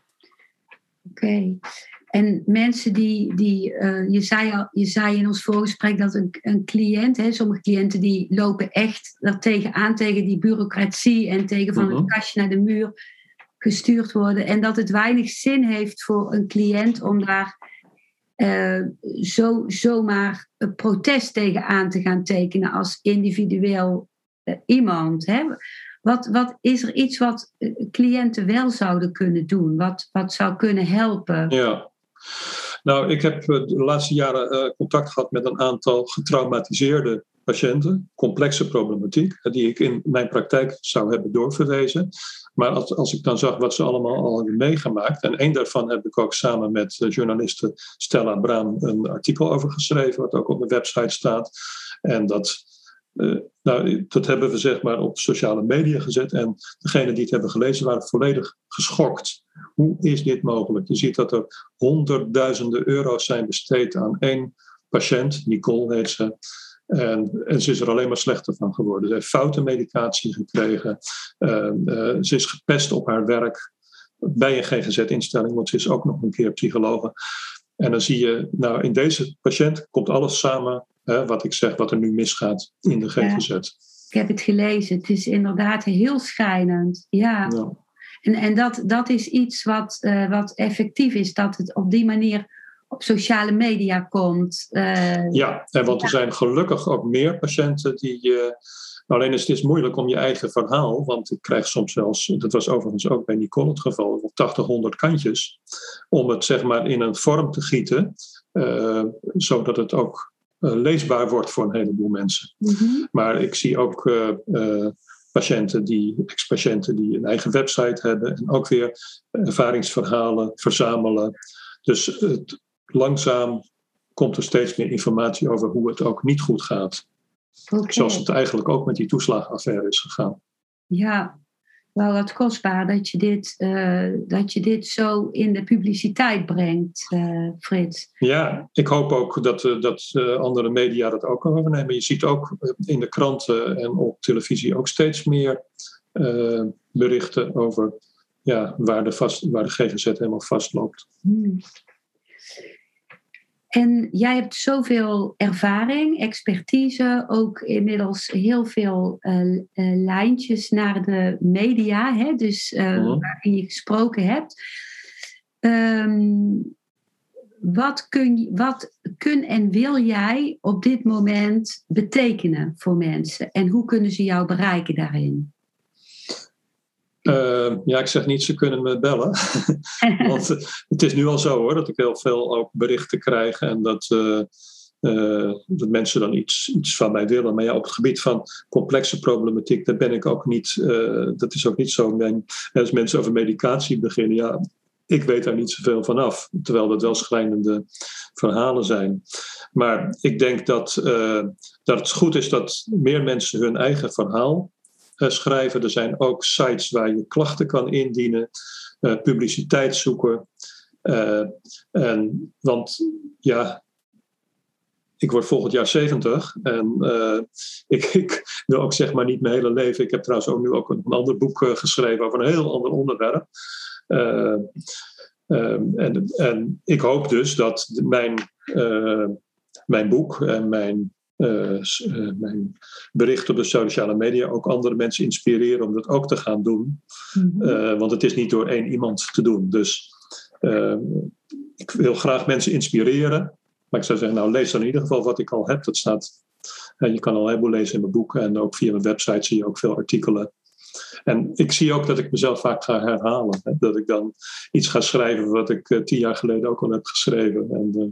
Okay. En mensen die, die uh, je, zei al, je zei in ons voorgesprek dat een, een cliënt, hè, sommige cliënten die lopen echt er tegenaan, tegen die bureaucratie en tegen van uh-huh. het kastje naar de muur gestuurd worden. En dat het weinig zin heeft voor een cliënt om daar uh, zo, zomaar een protest tegen aan te gaan tekenen als individueel uh, iemand. Hè. Wat, wat is er iets wat cliënten wel zouden kunnen doen? Wat, wat zou kunnen helpen? Ja. Nou, ik heb de laatste jaren uh, contact gehad met een aantal getraumatiseerde patiënten. Complexe problematiek, die ik in mijn praktijk zou hebben doorverwezen. Maar als, als ik dan zag wat ze allemaal al hebben meegemaakt. En één daarvan heb ik ook samen met uh, journaliste Stella Braam een artikel over geschreven. Wat ook op mijn website staat. En dat... Uh, nou, dat hebben we zeg maar op sociale media gezet. En degenen die het hebben gelezen waren volledig geschokt. Hoe is dit mogelijk? Je ziet dat er honderdduizenden euro's zijn besteed aan één patiënt. Nicole heet ze. En, en ze is er alleen maar slechter van geworden. Ze heeft foute medicatie gekregen. Uh, uh, ze is gepest op haar werk. Bij een G G Z-instelling, want ze is ook nog een keer psychologe. En dan zie je, nou in deze patiënt komt alles samen. Hè, wat ik zeg, wat er nu misgaat in de G G Z. Ja, ik heb het gelezen. Het is inderdaad heel schrijnend. Ja. ja. En, en dat, dat is iets wat, uh, wat effectief is. Dat het op die manier op sociale media komt. Uh, ja, en want ja. er zijn gelukkig ook meer patiënten die... Uh, alleen is het is moeilijk om je eigen verhaal. Want ik krijg soms zelfs... Dat was overigens ook bij Nicole het geval. tachtig, honderd kantjes. Om het zeg maar in een vorm te gieten. Uh, zodat het ook... Uh, leesbaar wordt voor een heleboel mensen. Mm-hmm. Maar ik zie ook uh, uh, patiënten die, ex-patiënten die een eigen website hebben en ook weer ervaringsverhalen verzamelen. Dus het, langzaam komt er steeds meer informatie over hoe het ook niet goed gaat. Okay. Zoals het eigenlijk ook met die toeslagenaffaire is gegaan. Ja, Wel wat kostbaar dat je dit, uh, dat je dit zo in de publiciteit brengt, uh, Frits. Ja, ik hoop ook dat, uh, dat uh, andere media dat ook overnemen. Je ziet ook in de kranten en op televisie ook steeds meer uh, berichten over ja, waar, de vast, waar de G G Z helemaal vastloopt. Hmm. En jij hebt zoveel ervaring, expertise, ook inmiddels heel veel uh, uh, lijntjes naar de media, hè? Dus uh, mm-hmm. waarin je gesproken hebt. Um, wat, kun, wat kun en wil jij op dit moment betekenen voor mensen? En hoe kunnen ze jou bereiken daarin? Uh, ja, ik zeg niet, ze kunnen me bellen. Want uh, het is nu al zo hoor, dat ik heel veel ook berichten krijg en dat, uh, uh, dat mensen dan iets, iets van mij willen. Maar ja, op het gebied van complexe problematiek, daar ben ik ook niet, uh, dat is ook niet zo. Mijn, als mensen over medicatie beginnen, ja, ik weet daar niet zoveel van af. Terwijl dat wel schrijnende verhalen zijn. Maar ik denk dat, uh, dat het goed is dat meer mensen hun eigen verhaal schrijven. Er zijn ook sites waar je klachten kan indienen, uh, publiciteit zoeken. Uh, en, want ja, ik word volgend jaar zeventig en uh, ik, ik wil ook zeg maar niet mijn hele leven. Ik heb trouwens ook nu ook een, een ander boek uh, geschreven over een heel ander onderwerp. Uh, um, en, en ik hoop dus dat mijn, uh, mijn boek en mijn Uh, uh, mijn berichten op de sociale media ook andere mensen inspireren om dat ook te gaan doen. Mm-hmm. Uh, want het is niet door één iemand te doen. Dus uh, ik wil graag mensen inspireren. Maar ik zou zeggen, nou lees dan in ieder geval wat ik al heb. Dat staat, uh, je kan al een heleboel lezen in mijn boeken. En ook via mijn website zie je ook veel artikelen. En ik zie ook dat ik mezelf vaak ga herhalen. Hè? Dat ik dan iets ga schrijven wat ik uh, tien jaar geleden ook al heb geschreven. En uh,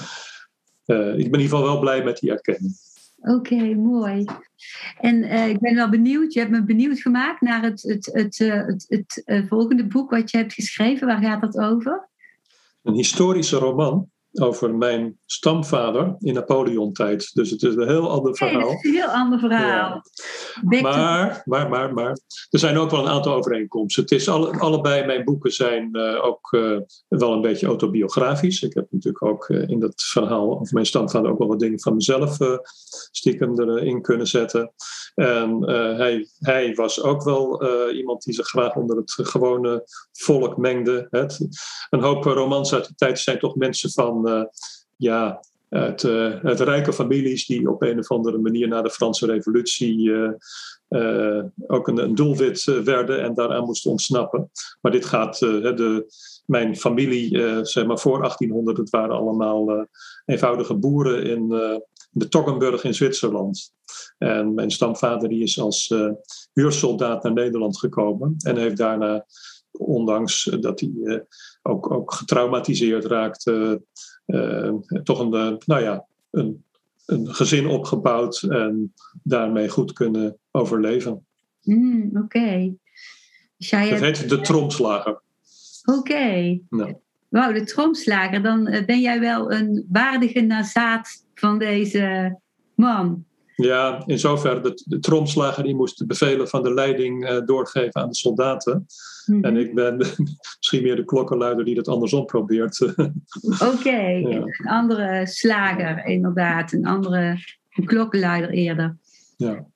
Uh, ik ben in ieder geval wel blij met die erkenning. Oké, okay, mooi. En uh, ik ben wel benieuwd, je hebt me benieuwd gemaakt naar het, het, het, uh, het, het uh, volgende boek wat je hebt geschreven. Waar gaat dat over? Een historische roman over mijn stamvader in Napoleon-tijd. Dus het is een heel ander verhaal. Nee, het is een heel ander verhaal. Ja. Maar, maar, maar, maar, er zijn ook wel een aantal overeenkomsten. Het is alle, allebei mijn boeken zijn uh, ook uh, wel een beetje autobiografisch. Ik heb natuurlijk ook uh, in dat verhaal over mijn stamvader ook wel wat dingen van mezelf uh, stiekem erin kunnen zetten. En uh, hij, hij was ook wel uh, iemand die zich graag onder het gewone volk mengde. Het, een hoop romans uit de tijd zijn toch mensen van Uh, ja, uit, uh, uit rijke families die op een of andere manier na de Franse Revolutie uh, uh, ook een, een doelwit uh, werden en daaraan moesten ontsnappen. Maar dit gaat, uh, de, mijn familie, uh, zeg maar voor achttienhonderd, het waren allemaal uh, eenvoudige boeren in uh, de Toggenburg in Zwitserland. En mijn stamvader die is als uh, huursoldaat naar Nederland gekomen en heeft daarna, ondanks dat hij uh, ook, ook getraumatiseerd raakte, uh, toch een, uh, nou ja, een, een gezin opgebouwd en daarmee goed kunnen overleven. Mm, Oké. Okay. Dus dat hebt... heet de tromslager. Oké. Okay. Nou. Wauw, de tromslager. Dan uh, ben jij wel een waardige nazaat van deze man. Ja, in zoverre, de, de tromslager die moest de bevelen van de leiding uh, doorgeven aan de soldaten. Mm-hmm. En ik ben misschien meer de klokkenluider die dat andersom probeert. Oké, okay. Ja. Een andere slager inderdaad, een andere een klokkenluider eerder. Ja.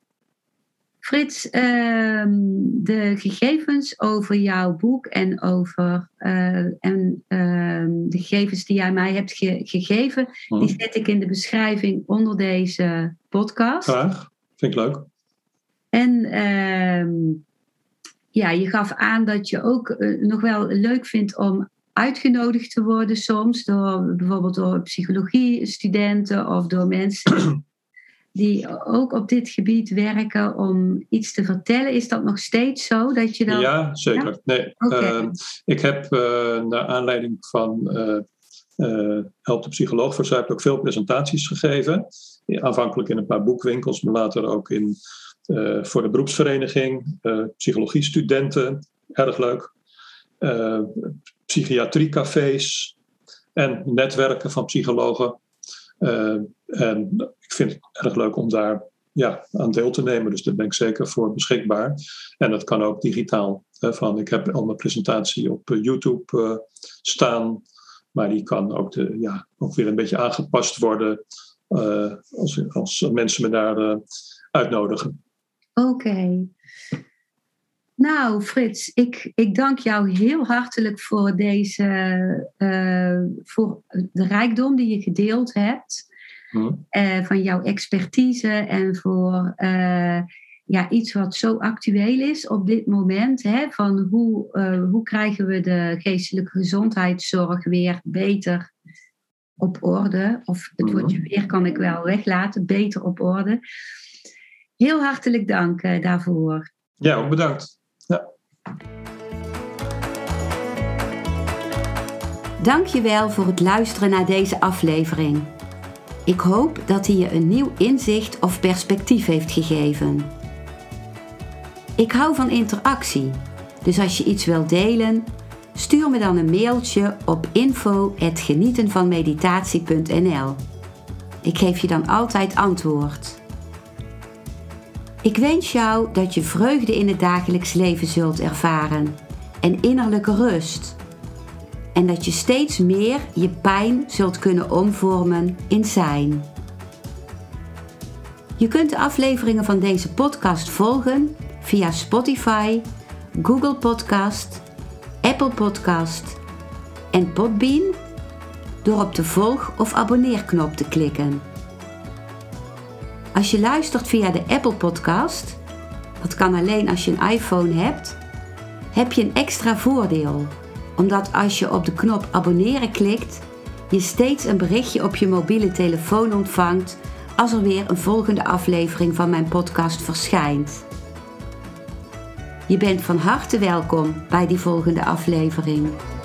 Frits, uh, de gegevens over jouw boek en over uh, en, uh, de gegevens die jij mij hebt ge- gegeven, hm. die zet ik in de beschrijving onder deze podcast. Graag, vind ik leuk. En uh, ja, je gaf aan dat je ook uh, nog wel leuk vindt om uitgenodigd te worden soms, door, bijvoorbeeld door psychologiestudenten of door mensen die ook op dit gebied werken om iets te vertellen. Is dat nog steeds zo? Dat je dan... Ja, zeker. Ja? Nee, okay. uh, ik heb uh, naar aanleiding van uh, uh, Help de Psycholoog Verzuipt ook veel presentaties gegeven. Aanvankelijk in een paar boekwinkels, maar later ook in, uh, voor de beroepsvereniging. Uh, psychologiestudenten, erg leuk. Uh, psychiatriecafés en netwerken van psychologen. Uh, en ik vind het erg leuk om daar ja, aan deel te nemen. Dus daar ben ik zeker voor beschikbaar. En dat kan ook digitaal. Hè, van, ik heb al mijn presentatie op uh, YouTube uh, staan. Maar die kan ook, de, ja, ook weer een beetje aangepast worden uh, als, als mensen me daar uh, uitnodigen. Oké. Okay. Nou, Frits, ik, ik dank jou heel hartelijk voor deze, uh, voor de rijkdom die je gedeeld hebt. Hmm. Uh, van jouw expertise en voor uh, ja, iets wat zo actueel is op dit moment. Hè, van hoe, uh, hoe krijgen we de geestelijke gezondheidszorg weer beter op orde? Of het woordje weer kan ik wel weglaten, beter op orde. Heel hartelijk dank uh, daarvoor. Ja, ook bedankt. Ja. Dank je wel voor het luisteren naar deze aflevering. Ik hoop dat hij je een nieuw inzicht of perspectief heeft gegeven. Ik hou van interactie, dus als je iets wilt delen, stuur me dan een mailtje op info at genietenvanmeditatie punt n l. Ik geef je dan altijd antwoord. Ik wens jou dat je vreugde in het dagelijks leven zult ervaren en innerlijke rust. En dat je steeds meer je pijn zult kunnen omvormen in zijn. Je kunt de afleveringen van deze podcast volgen via Spotify, Google Podcast, Apple Podcast en Podbean door op de volg- of abonneerknop te klikken. Als je luistert via de Apple Podcast, dat kan alleen als je een iPhone hebt, heb je een extra voordeel. Omdat als je op de knop abonneren klikt, je steeds een berichtje op je mobiele telefoon ontvangt als er weer een volgende aflevering van mijn podcast verschijnt. Je bent van harte welkom bij die volgende aflevering.